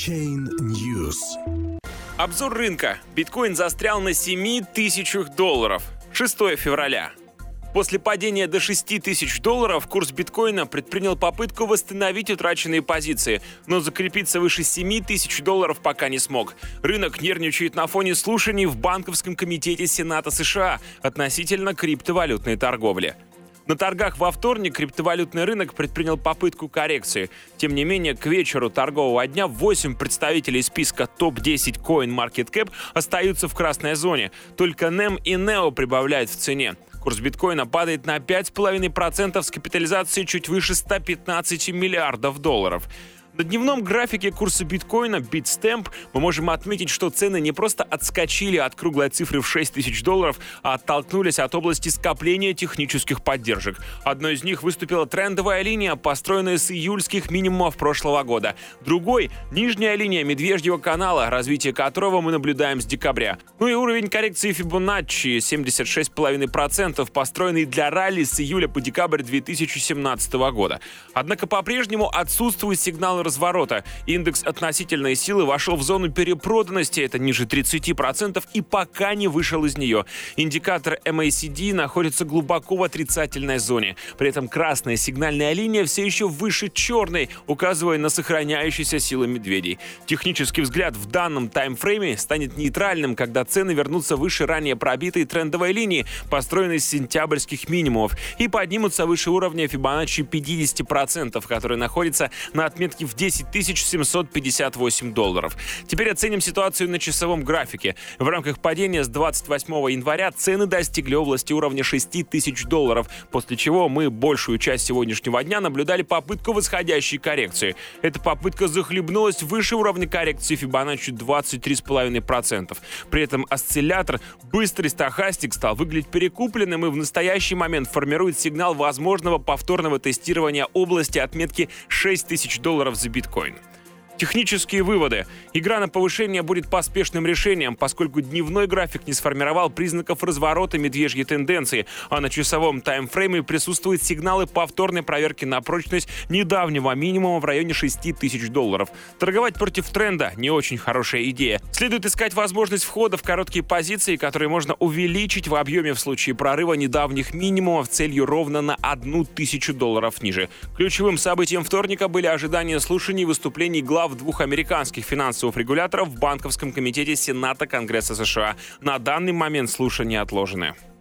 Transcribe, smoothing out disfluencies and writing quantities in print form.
Chain News. Обзор рынка. Биткоин застрял на $7000. 6 февраля. После падения до $6000 курс биткоина предпринял попытку восстановить утраченные позиции, но закрепиться выше $7000 пока не смог. Рынок нервничает на фоне слушаний в Банковском комитете Сената США относительно криптовалютной торговли. На торгах во вторник криптовалютный рынок предпринял попытку коррекции. Тем не менее, к вечеру торгового дня 8 представителей списка топ-10 CoinMarketCap остаются в красной зоне. Только NEM и NEO прибавляют в цене. Курс биткоина падает на 5,5% с капитализацией чуть выше $115 миллиардов. На дневном графике курса биткоина Bitstamp мы можем отметить, что цены не просто отскочили от круглой цифры в $6000, а оттолкнулись от области скопления технических поддержек. Одной из них выступила трендовая линия, построенная с июльских минимумов прошлого года. Другой — нижняя линия медвежьего канала, развитие которого мы наблюдаем с декабря. Ну и уровень коррекции Фибоначчи 76,5%, построенный для ралли с июля по декабрь 2017 года. Однако по-прежнему отсутствуют сигналы разворота. Индекс относительной силы вошел в зону перепроданности, это ниже 30%, и пока не вышел из нее. Индикатор MACD находится глубоко в отрицательной зоне. При этом красная сигнальная линия все еще выше черной, указывая на сохраняющиеся силы медведей. Технический взгляд в данном таймфрейме станет нейтральным, когда цены вернутся выше ранее пробитой трендовой линии, построенной с сентябрьских минимумов, и поднимутся выше уровня Фибоначчи 50%, который находится на отметке в $10 758. Теперь оценим ситуацию на часовом графике. В рамках падения с 28 января цены достигли области уровня $6000, после чего мы большую часть сегодняшнего дня наблюдали попытку восходящей коррекции. Эта попытка захлебнулась выше уровня коррекции Фибоначчи 23,5%. При этом осциллятор быстрый стохастик стал выглядеть перекупленным и в настоящий момент формирует сигнал возможного повторного тестирования области отметки $6000 за биткоин. Технические выводы. Игра на повышение будет поспешным решением, поскольку дневной график не сформировал признаков разворота медвежьей тенденции, а на часовом таймфрейме присутствуют сигналы повторной проверки на прочность недавнего минимума в районе $6000. Торговать против тренда — не очень хорошая идея. Следует искать возможность входа в короткие позиции, которые можно увеличить в объеме в случае прорыва недавних минимумов целью ровно на $1000 ниже. Ключевым событием вторника были ожидания слушаний и выступлений глав двух американских финансовых регуляторов в Банковском комитете Сената Конгресса США. На данный момент слушания отложены.